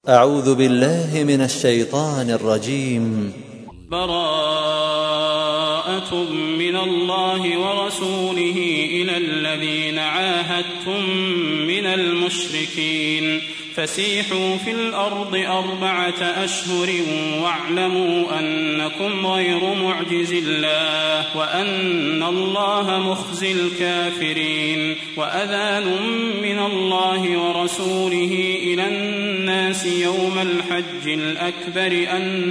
أعوذ بالله من الشيطان الرجيم. براءة من الله ورسوله إلى الذين عاهدتم من المشركين فسيحوا في الأرض 4 أشهر واعلموا أنكم غير معجز الله وأن الله مخزي الكافرين. وأذان من الله ورسوله إلى الناس يوم الحج الأكبر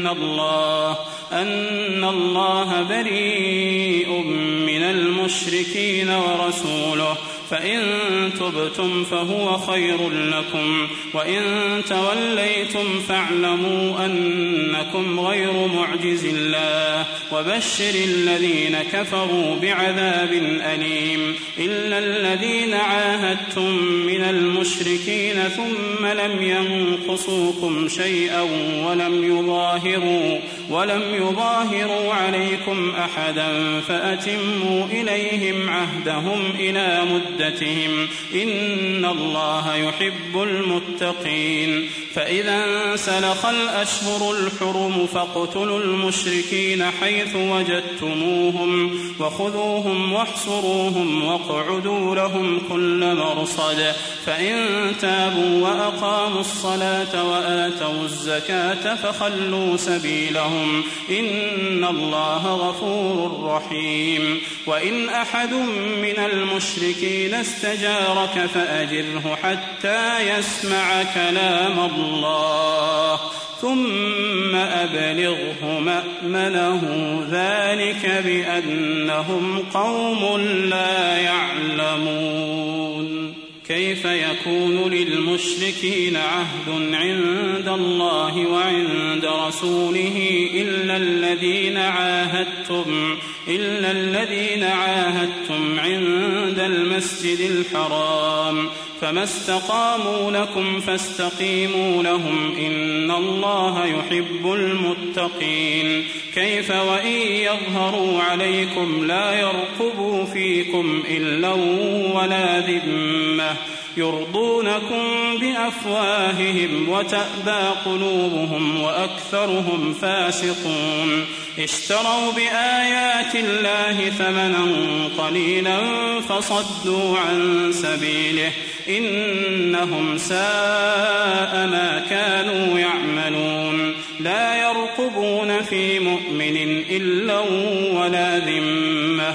أن الله بريء من المشركين ورسوله فإن تبتم فهو خير لكم وإن توليتم فاعلموا أنكم غير معجز الله وبشر الذين كفروا بعذاب أليم. إلا الذين عاهدتم من المشركين ثم لم ينقصوكم شيئا ولم يظاهروا عليكم أحدا فأتموا إليهم عهدهم إلى مدتهم إن الله يحب المتقين. فإذا انسلخ الأشهر الحرم فاقتلوا المشركين حيث وجدتموهم وخذوهم واحصروهم واقعدوا لهم كل مرصد فإن تابوا وأقاموا الصلاة وآتوا الزكاة فخلوا سبيلهم إن الله غفور رحيم. وإن أحد من المشركين استجارك فأجره حتى يسمع كلام الله ثم أبلغه مأمنه ذلك بأنهم قوم لا يعلمون. كيف يكون للمشركين عهد عند الله وعند رسوله إلا الذين عاهدتم عند المسجد الحرام فما استقاموا لكم فاستقيموا لهم إن الله يحب المتقين. كيف وإن يظهروا عليكم لا يرقبوا فيكم إلا ولا ذمة يرضونكم بأفواههم وتأبى قلوبهم وأكثرهم فاسقون. اشتروا بآيات الله ثمنا قليلا فصدوا عن سبيله إنهم ساء ما كانوا يعملون. لا يرقبون في مؤمن إلا ولا ذمة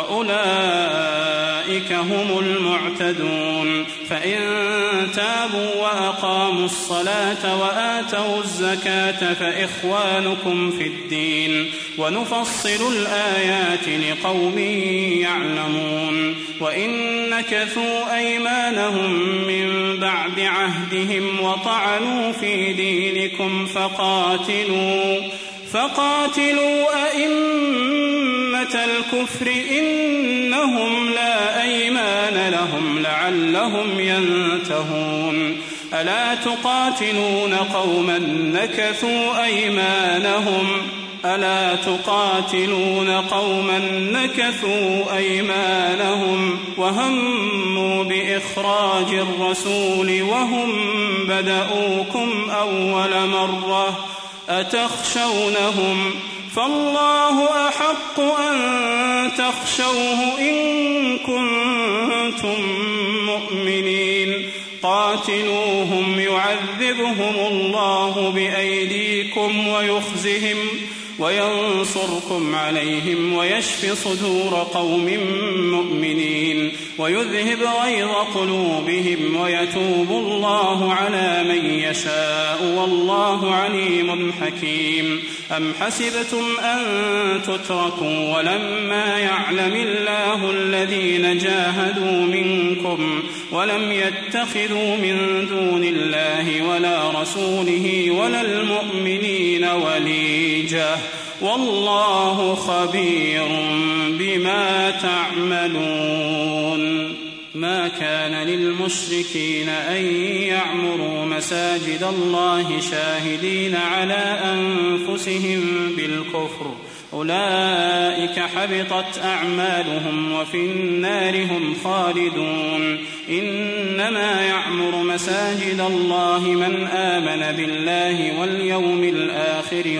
وأولئك هم المعتدون. فإن تابوا وأقاموا الصلاة وآتوا الزكاة فإخوانكم في الدين ونفصل الآيات لقوم يعلمون. وإن نكثوا أيمانهم من بعد عهدهم وطعنوا في دينكم فقاتلوا أئمة الكفر إنهم لا أيمان لهم لعلهم ينتهون. ألا تقاتلون قوما نكثوا أيمانهم وهموا بإخراج الرسول وهم بدؤوكم أول مرة أتخشونهم فالله أحق أن تخشوه إن كنتم مؤمنين. قاتلوهم يعذبهم الله بأيديكم ويخزهم وينصركم عليهم ويشف صدور قوم مؤمنين ويذهب غيظ قلوبهم ويتوب الله على من يشاء والله عليم حكيم. أم حسبتم أن تتركوا ولما يعلم الله الذين جاهدوا منكم ولم يتخذوا من دون الله ولا رسوله ولا المؤمنين وليجة والله خبير بما تعملون. ما كان للمشركين أن يعمروا مساجد الله شاهدين على أنفسهم بالكفر أولئك حبطت أعمالهم وفي النار هم خالدون. إنما يعمر مساجد الله من آمن بالله واليوم الآخر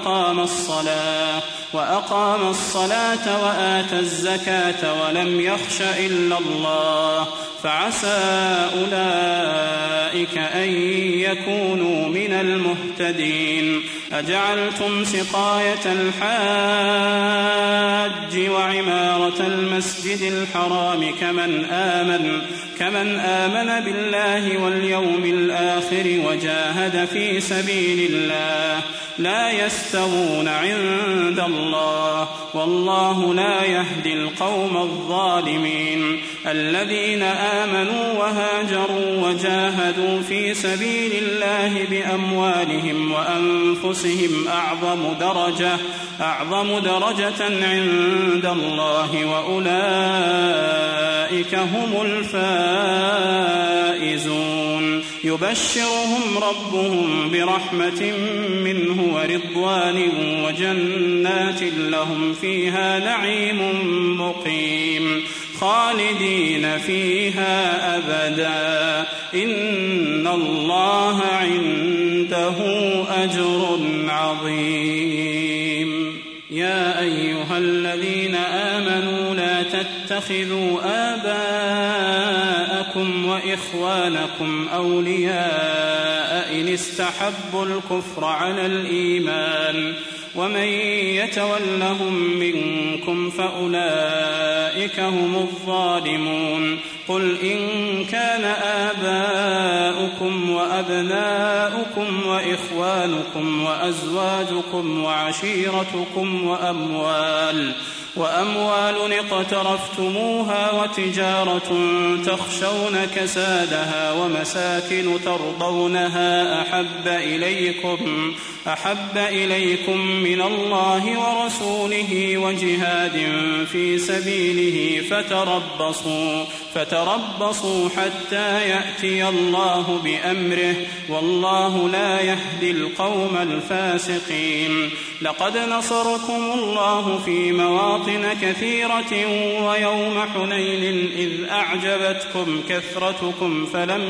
وأقام الصلاة وآتى الزكاة ولم يخش إلا الله فعسى أولئك أن يكونوا من المهتدين. أجعلتم سقاية الحاج وعمارة المسجد الحرام كمن آمن بالله واليوم الآخر وجاهد في سبيل الله لا يستوون عند الله والله لا يهدي القوم الظالمين. الذين آمنوا وهاجروا وجاهدوا في سبيل الله بأموالهم وأنفسهم أعظم درجة عند الله وأولئك هم الفائزون. يبشرهم ربهم برحمة منه ورضوان وجنات لهم فيها نعيم مقيم خالدين فيها أبدا إن الله عنده أجر عظيم. يا أيها الذين آمنوا لا تتخذوا آباءكم وإخوانكم أولياء إن استحبوا الكفر على الإيمان ومن يتولهم منكم فأولئك هم الظالمون. قل إن كان آباؤكم وأبناؤكم وإخوانكم وأزواجكم وعشيرتكم وأموال اقترفتموها وتجارة تخشون كسادها ومساكن ترضونها أحب إليكم من الله ورسوله وجهاد في سبيله فتربصوا حتى يأتي الله بأمره والله لا يهدي القوم الفاسقين. لقد نصركم الله في مواطن كثيرة ويوم حنين إذ أعجبتكم كثرتكم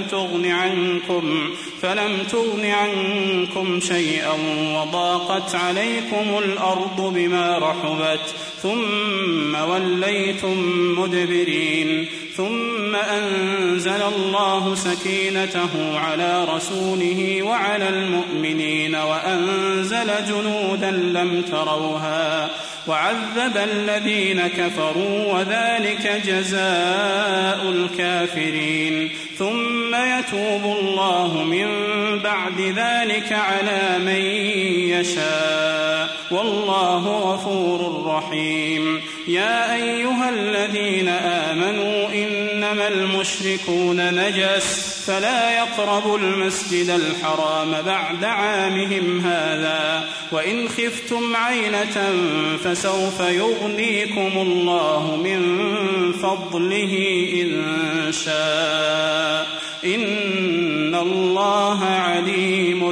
فلم تغن عنكم شيئا وضاقت عليكم الأرض بما رحبت ثم وليتم مدبرين. ثم أنزل الله سكينته على رسوله وعلى المؤمنين وأنزل جنودا لم تروها وعذب الذين كفروا وذلك جزاء الكافرين. ثم يتوب الله من بعد ذلك على من يشاء والله غفور رحيم. يا أيها الذين آمنوا إنما المشركون نجس فلا يقربوا المسجد الحرام بعد عامهم هذا وإن خفتم عيلة فسوف يغنيكم الله من فضله إن شاء إن الله عليم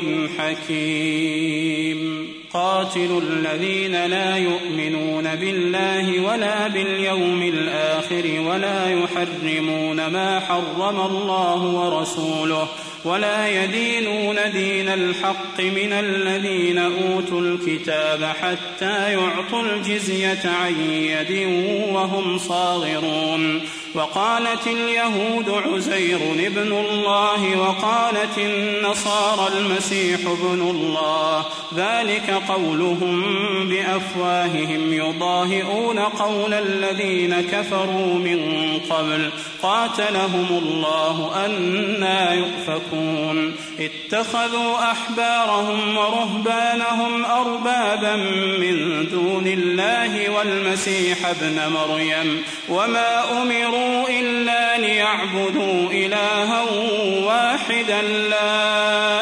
حكيم. قاتلوا الذين لا يؤمنون بالله ولا باليوم الآخر ولا يحرمون ما حرم الله ورسوله ولا يدينون دين الحق من الذين أوتوا الكتاب حتى يعطوا الجزية عن يد وهم صاغرون. وقالت اليهود عزير ابن الله وقالت النصارى المسيح ابن الله ذلك قولهم بأفواههم يضاهئون قول الذين كفروا من قبل قاتلهم الله أنى يؤفكون. اتخذوا أحبارهم ورهبانهم أربابا من دون الله والمسيح ابن مريم وما أمروا إلا ليعبدوا إلها واحدا لا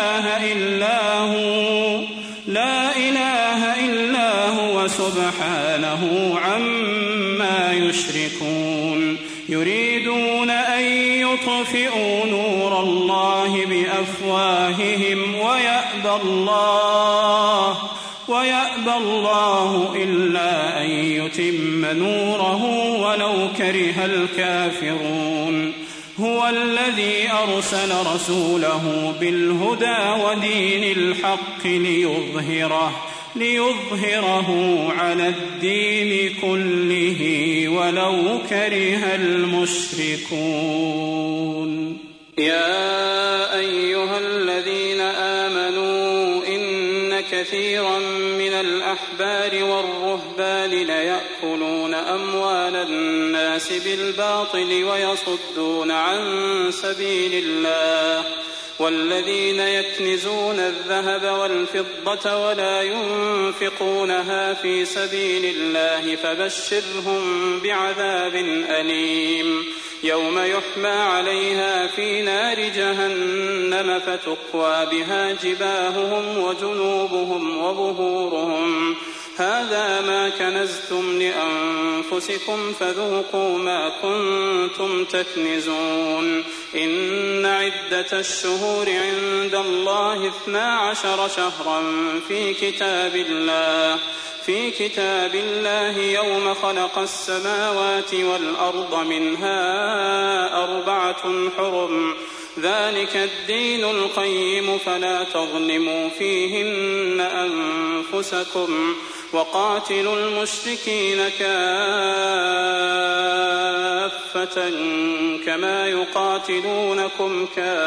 إله إلا هو سبحانه عما يشركون. يريدون أن يطفئوا نور الله بأفواههم ويأبى الله إلا أن يتم نوره ولو كره الكافرون. هو الذي أرسل رسوله بالهدى ودين الحق ليظهره على الدين كله ولو كره المشركون. يا أيها الذين آمنوا إن كثيرا من الأحبار والرهبان ليأكلون أموال الناس بالباطل ويصدون عن سبيل الله، والذين يكنزون الذهب والفضة ولا ينفقونها في سبيل الله فبشرهم بعذاب أليم يوم يحمى عليها في نار جهنم فتكوى بها جباههم وجنوبهم وظهورهم هذا ما كنزتم لأنفسكم فذوقوا ما كنتم تكنزون. إن عدة الشهور عند الله 12 شهرا في كتاب الله يوم خلق السماوات والأرض منها 4 حرم ذلك الدين القيم فلا تظلموا فيهن أنفسكم وقاتلوا المشركين كافة كما يقاتلونكم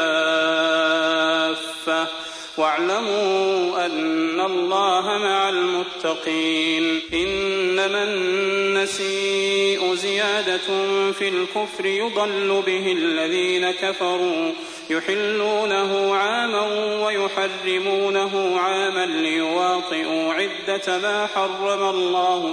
كافة واعلموا أن الله مع المتقين. إنما النسيء زيادة في الكفر يضل به الذين كفروا يحلونه عاما ويحرمونه عاما ليواطئوا عدة ما حرم الله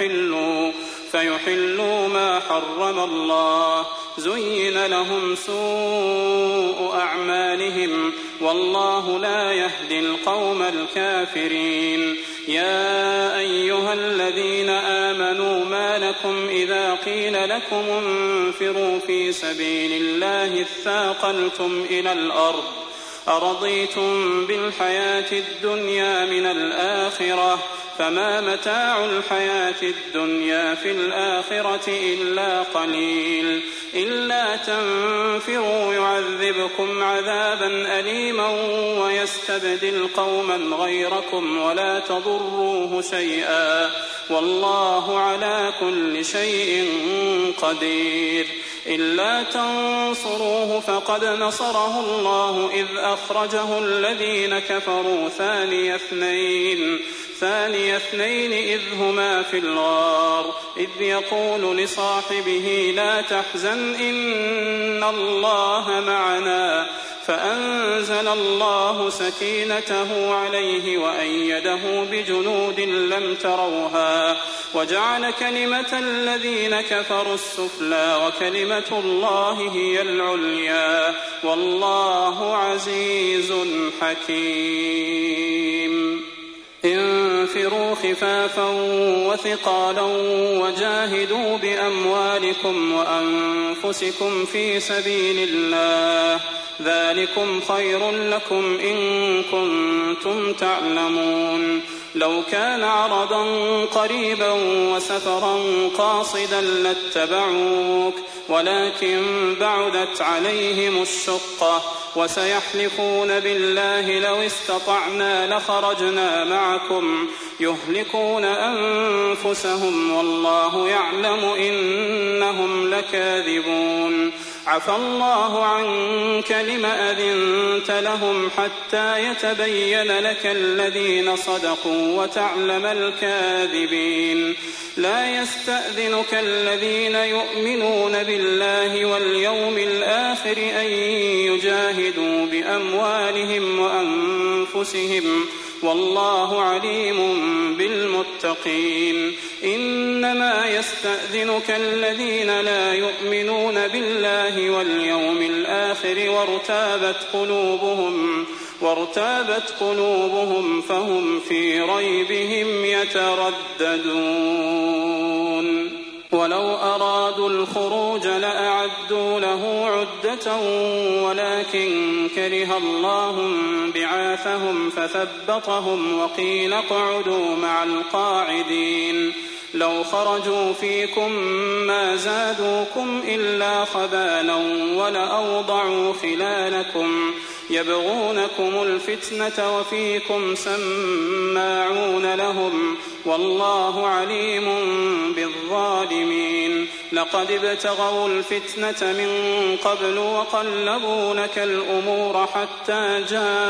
فيحلوا ما حرم الله. زين لهم سوء أعمالهم والله لا يهدي القوم الكافرين. يا أيها الذين آمنوا ما لكم إذا قيل لكم انفروا في سبيل الله اثاقلتم إلى الأرض أرضيتم بالحياة الدنيا من الآخرة فما متاع الحياة الدنيا في الآخرة إلا قليل. إلا تنفروا يعذبكم عذابا أليما ويستبدل قوما غيركم ولا تضروه شيئا والله على كل شيء قدير. إلا تنصروه فقد نصره الله إذ أخرجه الذين كفروا ثاني اثنين إذ هما في الغار إذ يقول لصاحبه لا تحزن إن الله معنا فأنزل الله سكينته عليه وأيده بجنود لم تروها وجعل كلمة الذين كفروا السفلى وكلمة الله هي العليا والله عزيز حكيم. انفروا خفافا وثقالا وجاهدوا بأموالكم وأنفسكم في سبيل الله ذلكم خير لكم إن كنتم تعلمون. لو كان عرضا قريبا وسفرا قاصدا لاتبعوك ولكن بعدت عليهم الشقة وسيحلفون بالله لو استطعنا لخرجنا معكم يهلكون أنفسهم والله يعلم إنهم لكاذبون. عفى الله عنك لم أذنت لهم حتى يتبين لك الذين صدقوا وتعلم الكاذبين. لا يستأذنك الذين يؤمنون بالله واليوم الآخر أن يجاهدوا بأموالهم وأنفسهم والله عليم بالمتقين. إنما يستأذنك الذين لا يؤمنون بالله واليوم الآخر وارتابت قلوبهم فهم في ريبهم يترددون. ولو أرادوا الخروج لأعدوا له عدة ولكن كره الله بعاثهم فثبطهم وقيل اقعدوا مع القاعدين. لو خرجوا فيكم ما زادوكم إلا خبالا ولأوضعوا خلالكم يبغونكم الفتنة وفيكم سماعون لهم والله عليم بالظالمين. لقد ابتغوا الفتنة من قبل وقلبوا لك الأمور حتى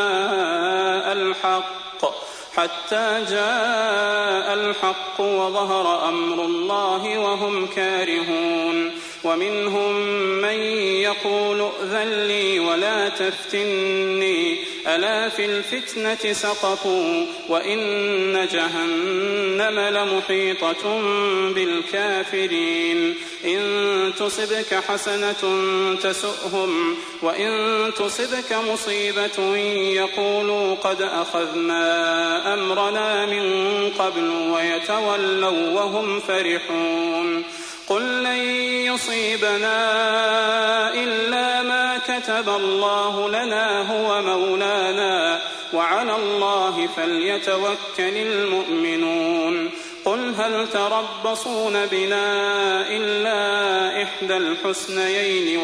جاء الحق وظهر أمر الله وهم كارهون. ومنهم من يقول ائذن لي ولا تفتني ألا في الفتنة سقطوا وإن جهنم لمحيطة بالكافرين. إن تصبك حسنة تسؤهم وإن تصبك مصيبة يقولوا قد أخذنا أمرنا من قبل ويتولوا وهم فرحون. قل لن يصيبنا إلا ما كتب الله لنا هو مولانا وعلى الله فليتوكل المؤمنون. قل هل تربصون بنا إلا إحدى الحسنيين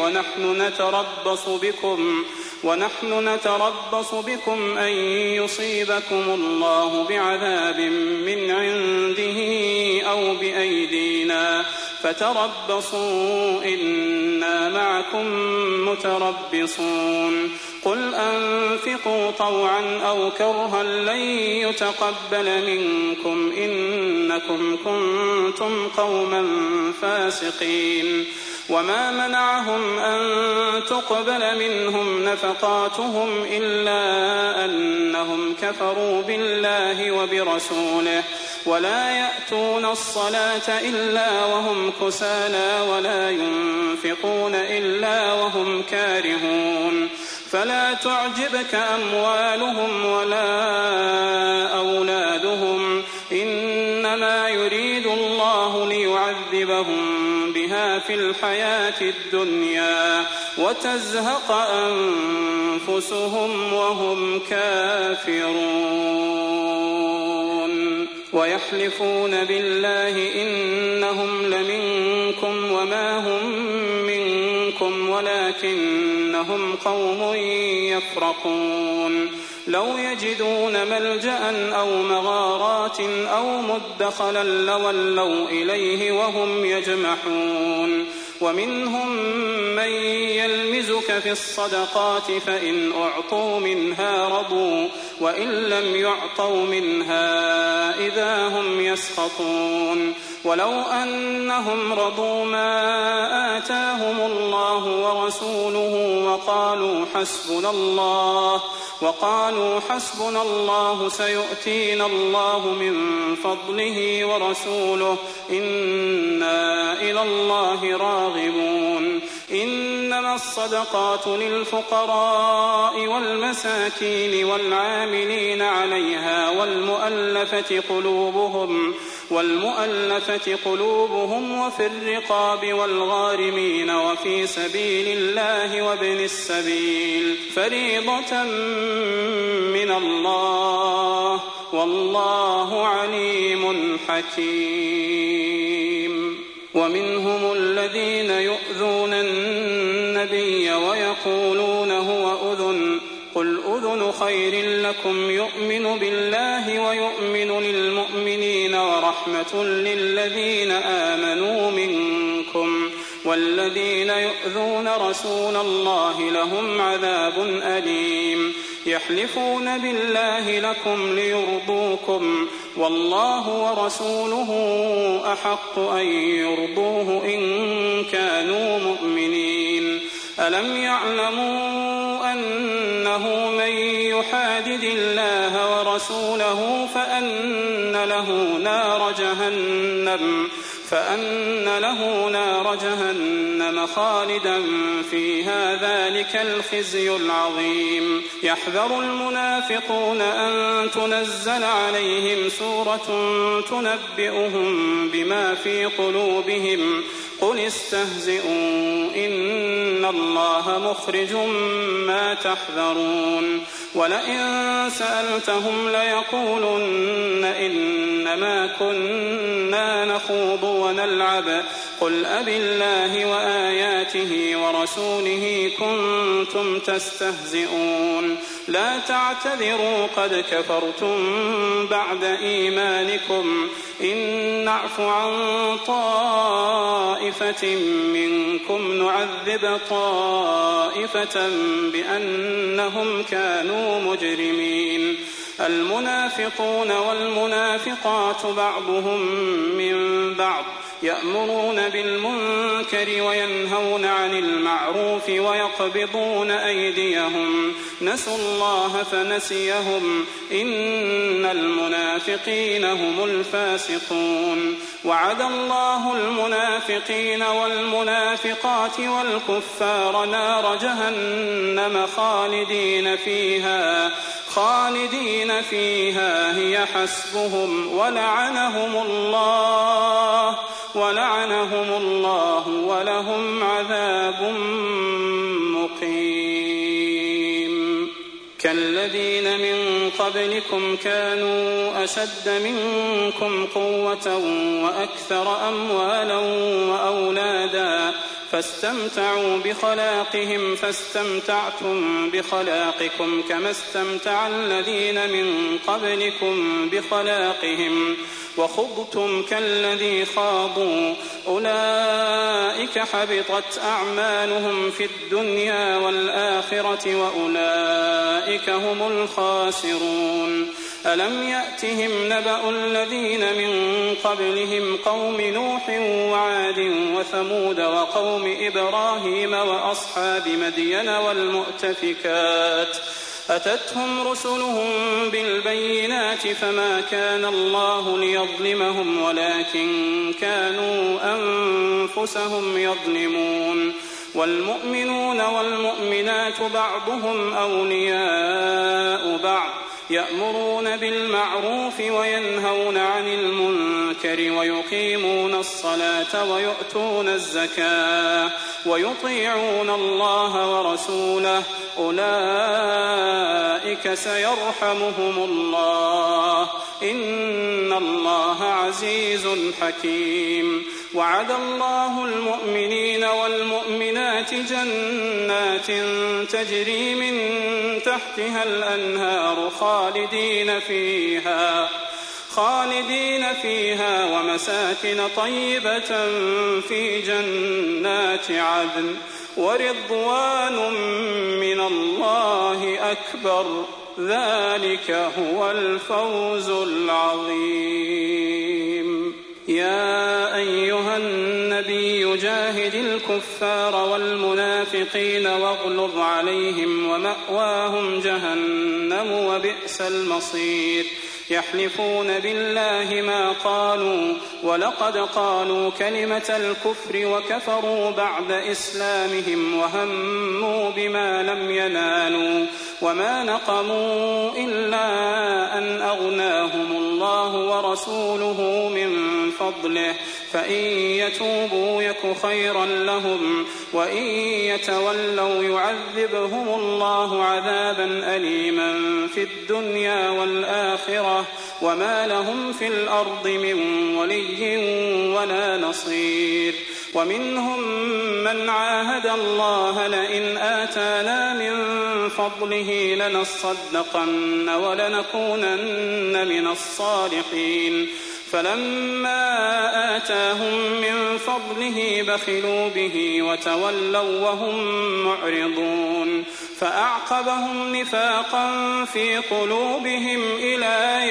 ونحن نتربص بكم أن يصيبكم الله بعذاب من عنده أو بأيدينا فتربصوا إنا معكم متربصون. قل أنفقوا طوعا أو كرها لن يتقبل منكم إنكم كنتم قوما فاسقين. وما منعهم أن تقبل منهم نفقاتهم إلا أنهم كفروا بالله وبرسوله ولا يأتون الصلاة إلا وهم كسالى ولا ينفقون إلا وهم كارهون. فلا تعجبك أموالهم ولا أولادهم إنما يريد الله ليعذبهم بها في الحياة الدنيا وتزهق أنفسهم وهم كافرون. ويحلفون بالله إنهم لمنكم وما هم منكم ولكنهم قوم يفرقون. لو يجدون ملجأ أو مغارات أو مدخلا لولوا إليه وهم يجمحون. ومنهم من يلمزك في الصدقات فإن أعطوا منها رضوا وإن لم يعطوا منها إذا هم يسخطون. ولو أنهم رضوا ما آتاهم الله ورسوله وقالوا حسبنا الله سيؤتينا الله من فضله ورسوله إنا إلى الله راغبون. إنما الصدقات للفقراء والمساكين والعاملين عليها والمؤلفة قلوبهم وفي الرقاب والغارمين وفي سبيل الله وابن السبيل فريضة من الله والله عليم حكيم. ومنهم الذين يؤذون النبي ويقولون هو أذن قل أذن خير لكم يؤمن بالله ويؤمن للمؤمنين ورحمة للذين آمنوا منكم والذين يؤذون رسول الله لهم عذاب أليم. يحلفون بالله لكم ليرضوكم والله ورسوله أحق أن يرضوه إن كانوا مؤمنين. ألم يعلموا أنه من يحادد الله ورسوله فأن له نار جهنم خالدا فيها ذلك الخزي العظيم. يحذر المنافقون أن تنزل عليهم سورة تنبئهم بما في قلوبهم قل استهزئوا إن الله مخرج ما تحذرون. ولئن سألتهم ليقولن إنما كنا نخوض ونلعب قل أبالله وآياته ورسوله كنتم تستهزئون لا تعتذروا قد كفرتم بعد إيمانكم إن نعف عن طائفة منكم نعذب طائفة بأنهم كانوا مجرمين المنافقون والمنافقات بعضهم من بعض يأمرون بالمنكر وينهون عن المعروف ويقبضون أيديهم نسوا الله فنسيهم إن المنافقين هم الفاسقون وعد الله المنافقين والمنافقات والكفار نار جهنم خالدين فيها هي حسبهم ولعنهم الله ولهم عذاب مقيم كالذين من قبلكم كانوا أشد منكم قوة وأكثر أموالا وأولادا فاستمتعوا بخلاقهم فاستمتعتم بخلاقكم كما استمتع الذين من قبلكم بخلاقهم وخضتم كالذي خاضوا أولئك حبطت أعمالهم في الدنيا والآخرة وأولئك هم الخاسرون ألم يأتهم نبأ الذين من قبلهم قوم نوح وعاد وثمود وقوم إبراهيم وأصحاب مدين والمؤتفكات أتتهم رسلهم بالبينات فما كان الله ليظلمهم ولكن كانوا أنفسهم يظلمون والمؤمنون والمؤمنات بعضهم أولياء بعض يأمرون بالمعروف وينهون عن المنكر ويقيمون الصلاة ويؤتون الزكاة ويطيعون الله ورسوله أولئك سيرحمهم الله إن الله عزيز حكيم وعد الله المؤمنين والمؤمنات جنات تجري من تحتها الأنهار خالدين فيها ومساكن طيبة في جنات عدن ورضوان من الله أكبر ذلك هو الفوز العظيم يا أيها النبي جاهد الكفار والمنافقين واغلظ عليهم ومأواهم جهنم وبئس المصير يحلفون بالله ما قالوا ولقد قالوا كلمة الكفر وكفروا بعد إسلامهم وهموا بما لم ينالوا وما نقموا إلا أن أغناهم الله ورسوله من فضله فإن يتوبوا يك خيرا لهم وإن يتولوا يعذبهم الله عذابا أليما في الدنيا والآخرة وما لهم في الأرض من ولي ولا نصير ومنهم من عاهد الله لئن آتانا من فضله لنصدقن ولنكونن من الصالحين فلما آتاهم من فضله بخلوا به وتولوا وهم معرضون فأعقبهم نفاقا في قلوبهم إلى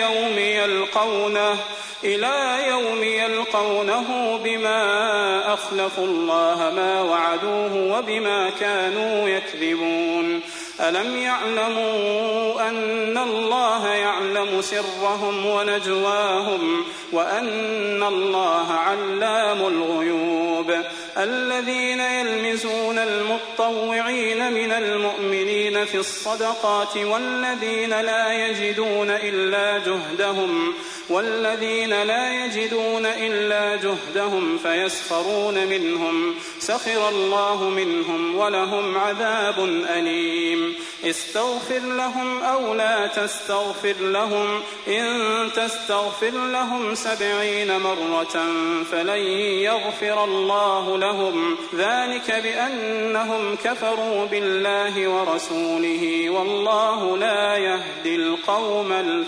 يوم يلقونه بما أخلفوا الله ما وعدوه وبما كانوا يكذبون ألم يعلموا أن الله يعلم سرهم ونجواهم وأن الله علام الغيوب الذين يلمزون المطوعين من المؤمنين في الصدقات والذين لا يجدون إلا جهدهم والذين لا يجدون إلا جهدهم فيسخرون منهم سخر الله منهم ولهم عذاب أليم استغفر لهم أو لا تستغفر لهم إن تستغفر لهم 70 مرة فلن يغفر الله لهم ذلك بأنهم كفروا بالله ورسوله والله لا يهدي القوم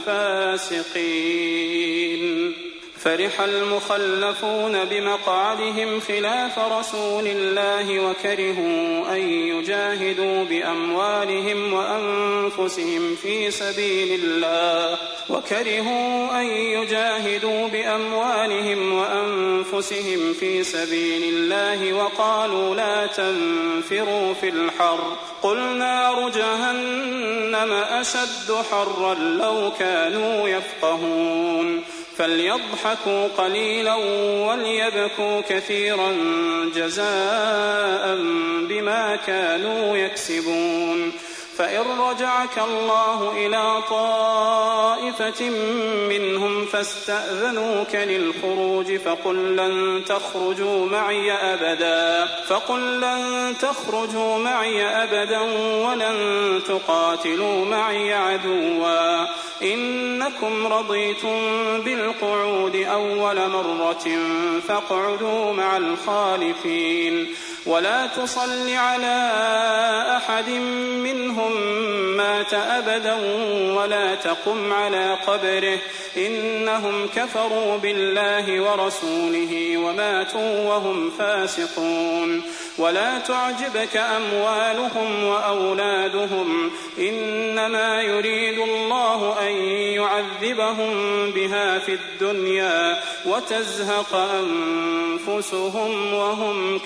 الفاسقين فرح المخلفون بمقعدهم خلاف رسول الله وكرهوا أن يجاهدوا بأموالهم وأنفسهم في سبيل الله وقالوا لا تنفروا في الحر قل نار جهنم أشد حرا لو كانوا يفقهون فليضحكوا قليلا وليبكوا كثيرا جزاء بما كانوا يكسبون فإن رجعك الله إلى طائفة منهم فاستأذنوك للخروج فقل لن تخرجوا معي أبدا ولن تقاتلوا معي عدوا إنكم رضيتم بالقعود أول مرة فاقعدوا مع الخالفين ولا تصل على أحد منهم مات أبدا ولا تقم على قبره إنهم كفروا بالله ورسوله وماتوا وهم فاسقون ولا تعجبك أموالهم وأولادهم إنما يريد الله أن يعذبهم بها في الدنيا وتزهق أنفسهم وهم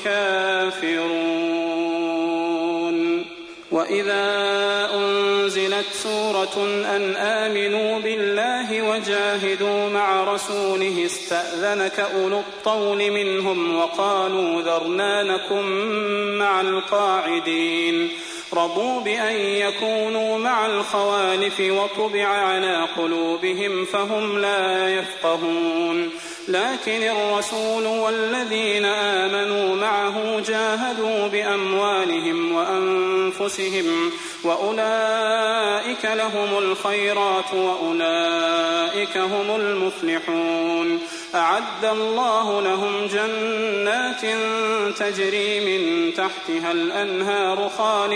كافرون وإذا أنزلت سورة أن آمنوا بالله وجاهدوا مع رسوله استأذنك أولو الطول منهم وقالوا ذرنا نكن مع القاعدين رضوا بأن يكونوا مع الخوالف وطبع على قلوبهم فهم لا يفقهون لكن الرسول والذين آمنوا معه جاهدوا بأموالهم وأنفسهم وأولئك لهم الخيرات وأولئك هم المفلحون أعد الله لهم جنات تجري من تحتها الأنهار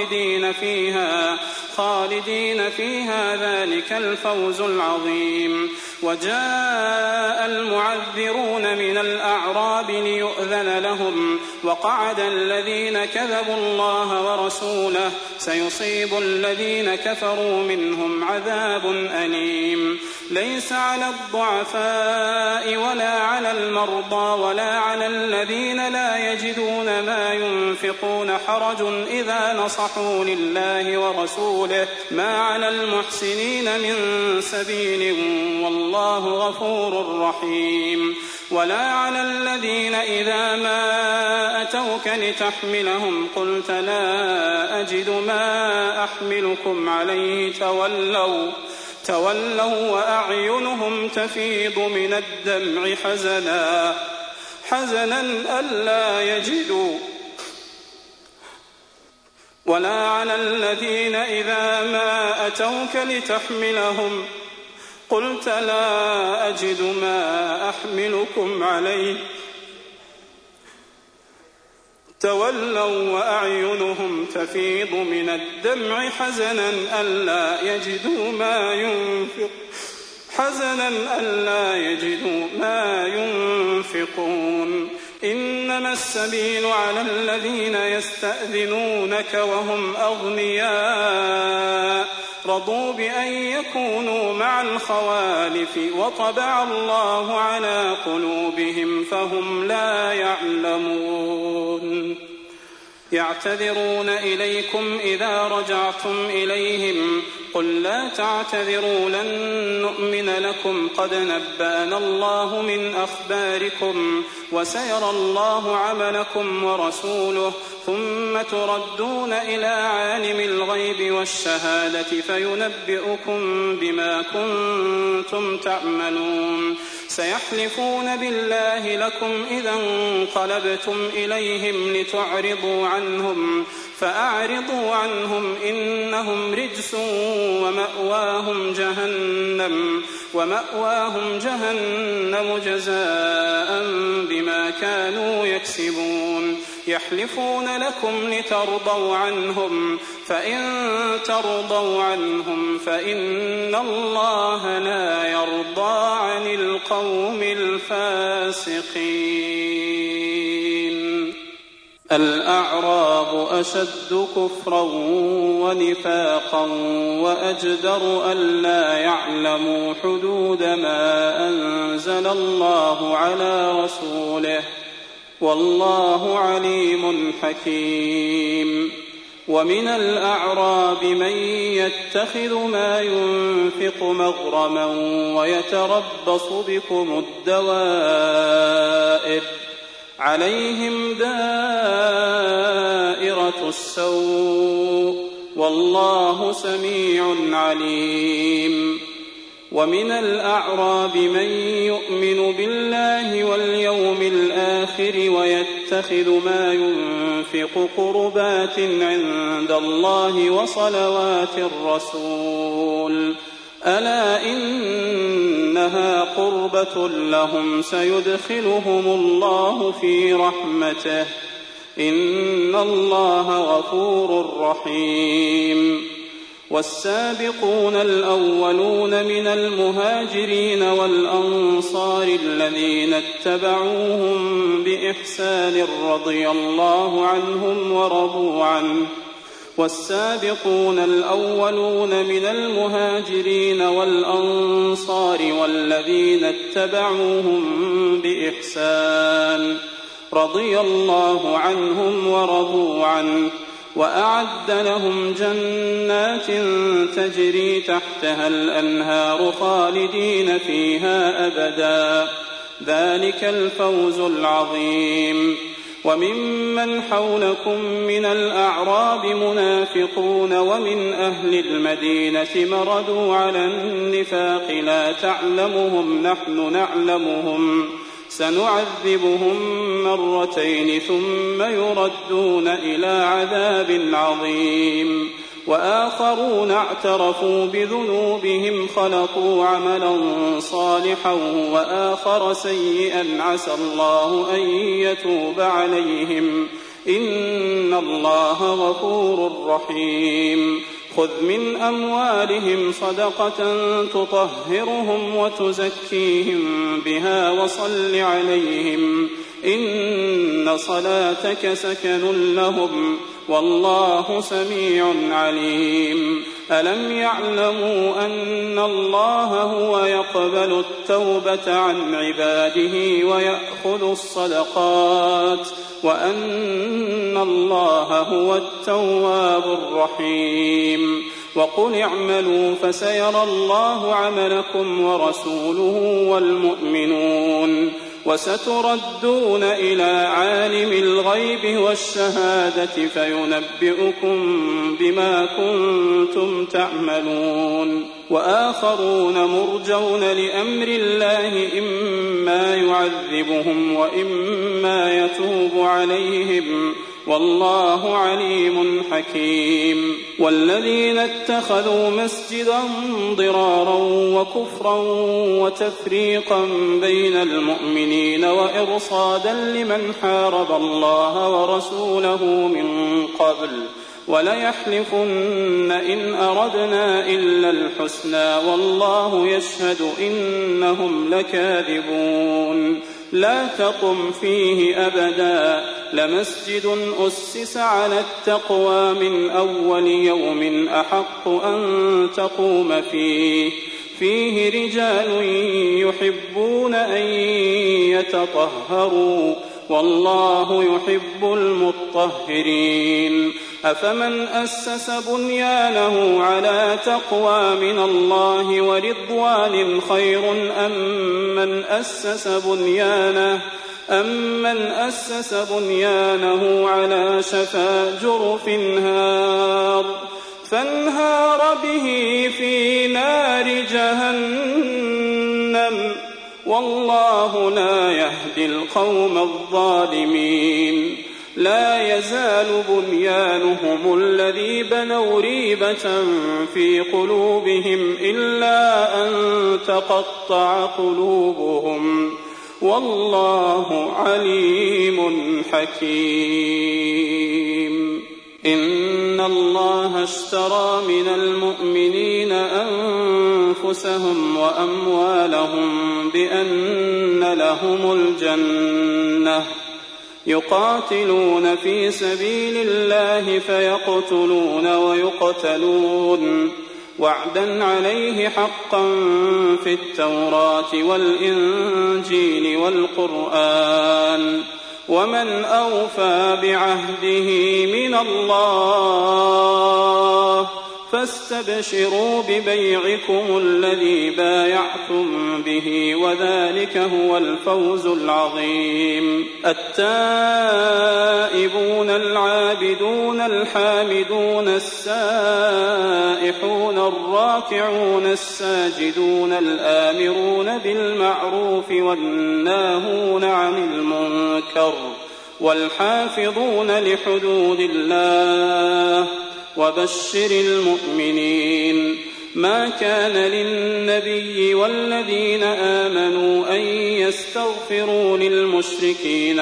خالدين فيها ذلك الفوز العظيم وجاء المعذرون من الأعراب ليؤذن لهم وقعد الذين كذبوا الله ورسوله سيصيب الذين كفروا منهم عذاب أليم ليس على الضعفاء ولا على المرضى ولا على الذين لا يجدون ما ينفقون حرج إذا نصحوا لله ورسوله ما على المحسنين من سبيل والله غفور رحيم ولا على الذين إذا ما أتوك لتحملهم قلت لا أجد ما أحملكم عليه تولوا وأعينهم تفيض من الدمع حزنا ألا يجدوا ولا على الذين إذا ما أتوك لتحملهم قلت لا أجد ما أحملكم عليه تولوا وأعينهم تفيض من الدمع حزنا ألا يجدوا ما ينفقون إنما السبيل على الذين يستأذنونك وهم أغنياء رضوا بأن يكونوا مع الخوالف وطبع الله على قلوبهم فهم لا يعلمون يعتذرون إليكم إذا رجعتم إليهم قل لا تعتذروا لن نؤمن لكم قد نبأنا الله من أخباركم وسيرى الله عملكم ورسوله ثم تردون إلى عالم الغيب والشهادة فينبئكم بما كنتم تعملون سيحلفون بالله لكم إذا انقلبتم إليهم لتعرضوا عنهم فأعرضوا عنهم إنهم رجس ومأواهم جهنم جزاء بما كانوا يكسبون يحلفون لكم لترضوا عنهم فإن ترضوا عنهم فإن الله لا يرضى عن القوم الفاسقين. الأعراب أشد كفرا ونفاقا وأجدر ألا يعلموا حدود ما أنزل الله على رسوله والله عليم حكيم. ومن الأعراب من يتخذ ما ينفق مغرما ويتربص بكم الدوائر عليهم دائرة السوء والله سميع عليم. ومن الأعراب من يؤمن بالله واليوم الآخر ويتخذ ما ينفق قربات عند الله وصلوات الرسول ألا إنها قربة لهم سيدخلهم الله في رحمته إن الله غفور رحيم. والسابقون الأولون من المهاجرين والأنصار الذين اتبعوهم بإحسان رضي الله عنهم ورضوا عنه والسابقون الأولون من المهاجرين والأنصار والذين اتبعوهم بإحسان رضي الله عنهم ورضوا عنه وأعد لهم جنات تجري تحتها الأنهار خالدين فيها أبدا ذلك الفوز العظيم. وممن حولكم من الأعراب منافقون ومن أهل المدينة مردوا على النفاق لا تعلمهم نحن نعلمهم سنعذبهم مرتين ثم يردون إلى عذاب عظيم. وآخرون اعترفوا بذنوبهم خلطوا عملا صالحا وآخر سيئا عسى الله أن يتوب عليهم إن الله غفور رحيم. خذ من أموالهم صدقة تطهرهم وتزكيهم بها وصل عليهم إن صلاتك سكن لهم والله سميع عليم. ألم يعلموا أن الله هو يقبل التوبة عن عباده ويأخذ الصدقات وأن الله هو التواب الرحيم. وقل اعملوا فسيرى الله عملكم ورسوله والمؤمنون وستردون إلى عالم الغيب والشهادة فينبئكم بما كنتم تعملون. وآخرون مرجون لأمر الله إما يعذبهم وإما يتوب عليهم والله عليم حكيم. والذين اتخذوا مسجدا ضرارا وكفرا وتفريقا بين المؤمنين وإرصادا لمن حارب الله ورسوله من قبل وليحلفن إن أردنا إلا الحسنى والله يشهد إنهم لكاذبون. لا تقم فيه أبدا لمسجد أسس على التقوى من أول يوم أحق أن تقوم فيه رجال يحبون أن يتطهروا والله يحب المطهرين. أفمن أسس بنيانه على تقوى من الله ورضوان خير أمن أسس بنيانه على شفا جرف فانهار به في نار جهنم والله لا يهدي القوم الظالمين لا يزال بنيانهم الذي بنوا ريبة في قلوبهم إلا أن تقطع قلوبهم والله عليم حكيم إن الله اشترى من المؤمنين أنفسهم وأموالهم بأن لهم الجنة يقاتلون في سبيل الله فيقتلون ويقتلون وعدا عليه حقا في التوراة والإنجيل والقرآن ومن أوفى بعهده من الله فاستبشروا ببيعكم الذي بايعتم به وذلك هو الفوز العظيم التائبون العابدون الحامدون السائحون الراكعون الساجدون الآمرون بالمعروف والناهون عن المنكر والحافظون لحدود الله وبشر المؤمنين ما كان للنبي والذين آمنوا أن يستغفروا للمشركين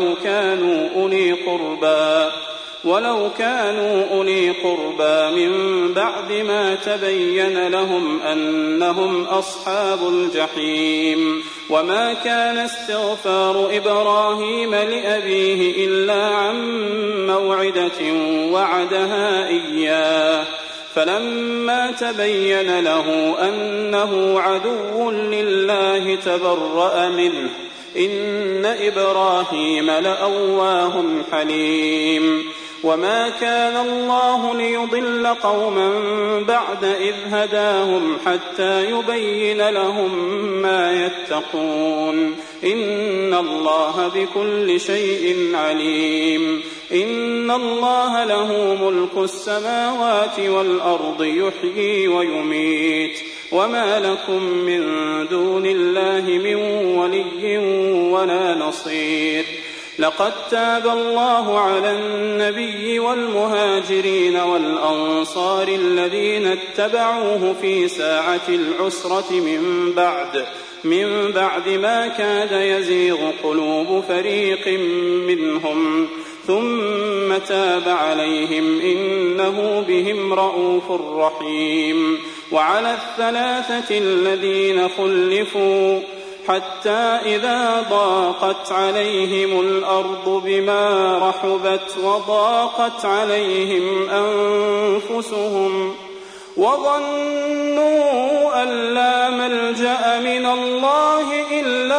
ولو كانوا أولي قربى من بعد ما تبين لهم أنهم أصحاب الجحيم وما كان استغفار إبراهيم لأبيه إلا عن موعدة وعدها إياه فلما تبين له أنه عدو لله تبرأ منه إن إبراهيم لأواه حليم وما كان الله ليضل قوما بعد إذ هداهم حتى يبين لهم ما يتقون إن الله بكل شيء عليم إن الله له ملك السماوات والأرض يحيي ويميت وما لكم من دون الله من ولي ولا نصير لقد تاب الله على النبي والمهاجرين والأنصار الذين اتبعوه في ساعة العسرة من بعد ما كاد يزيغ قلوب فريق منهم ثم تاب عليهم إنه بهم رءوف رحيم وعلى الثلاثة الذين خلفوا حتى إذا ضاقت عليهم الأرض بما رحبت وضاقت عليهم أنفسهم وظنوا أن لا ملجأ من الله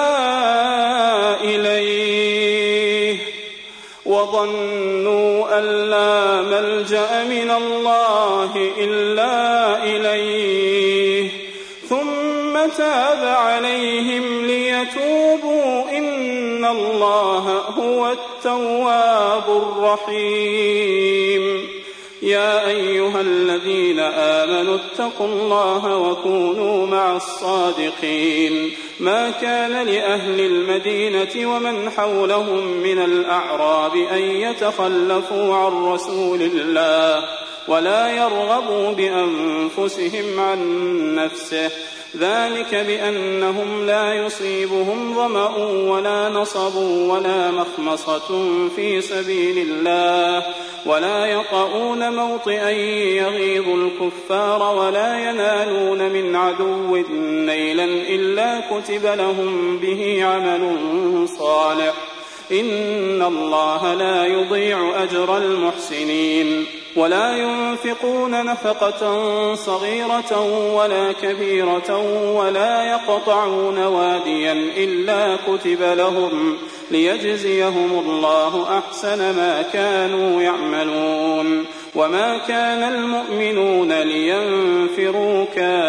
إلا إليه ثم تاب عليهم ليتوبوا إن الله هو التواب الرحيم يا أيها الذين آمنوا اتقوا الله وكونوا مع الصادقين ما كان لأهل المدينة ومن حولهم من الأعراب أن يتخلفوا عن رسول الله ولا يرغبوا بأنفسهم عن نفسه ذلك بأنهم لا يصيبهم ظمأ ولا نصب ولا مخمصة في سبيل الله ولا يطؤون موطئا يغيظ الكفار ولا ينالون من عدو نيلا إلا كتب لهم به عمل صالح إن الله لا يضيع أجر المحسنين ولا ينفقون نفقة صغيرة ولا كبيرة ولا يقطعون واديا إلا كتب لهم ليجزيهم الله أحسن ما كانوا يعملون. وما كان المؤمنون لينفروا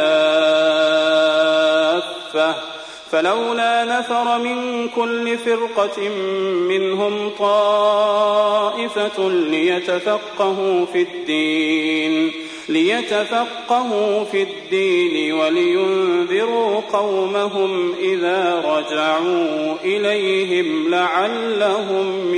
كافة فلولا نفر من كل فرقة منهم طائفة ليتفقهوا في الدين ولينذروا قومهم إذا رجعوا إليهم لعلهم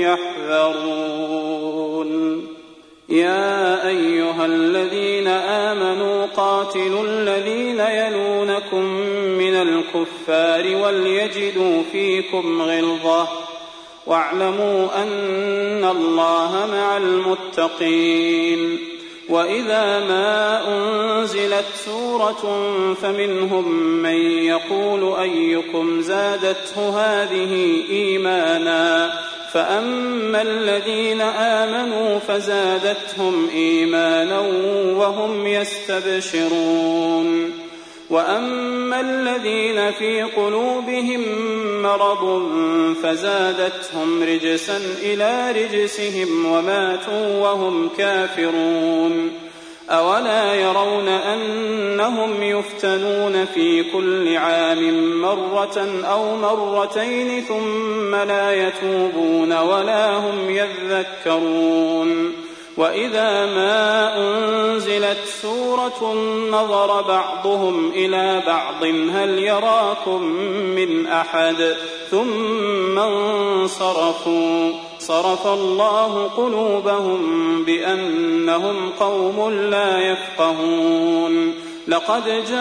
يحذرون. يا أيها الذين آمنوا قاتلوا الذين يلونكم من الكفار وليجدوا فيكم غلظة واعلموا أن الله مع المتقين. وإذا ما أنزلت سورة فمنهم من يقول أيكم زادته هذه إيمانا فأما الذين آمنوا فزادتهم إيمانا وهم يستبشرون. وأما الذين في قلوبهم مرض فزادتهم رجسا إلى رجسهم وماتوا وهم كافرون. أولا يرون أنهم يفتنون في كل عام مرة أو مرتين ثم لا يتوبون ولا هم يذكرون. وإذا ما أنزلت سورة نظر بعضهم إلى بعض هل يراكم من أحد ثم انصرفوا صرف الله قلوبهم بأنهم قوم لا يفقهون. لقد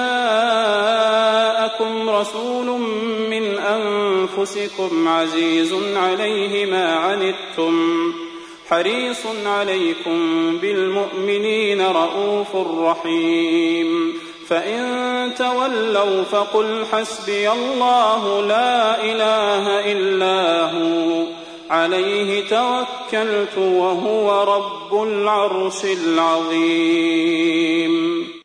جاءكم رسول من أنفسكم عزيز عليه ما عنتم حريص عليكم بالمؤمنين رؤوف رحيم. فإن تولوا فقل حسبي الله لا إله إلا هو عليه توكلت وهو رب العرش العظيم.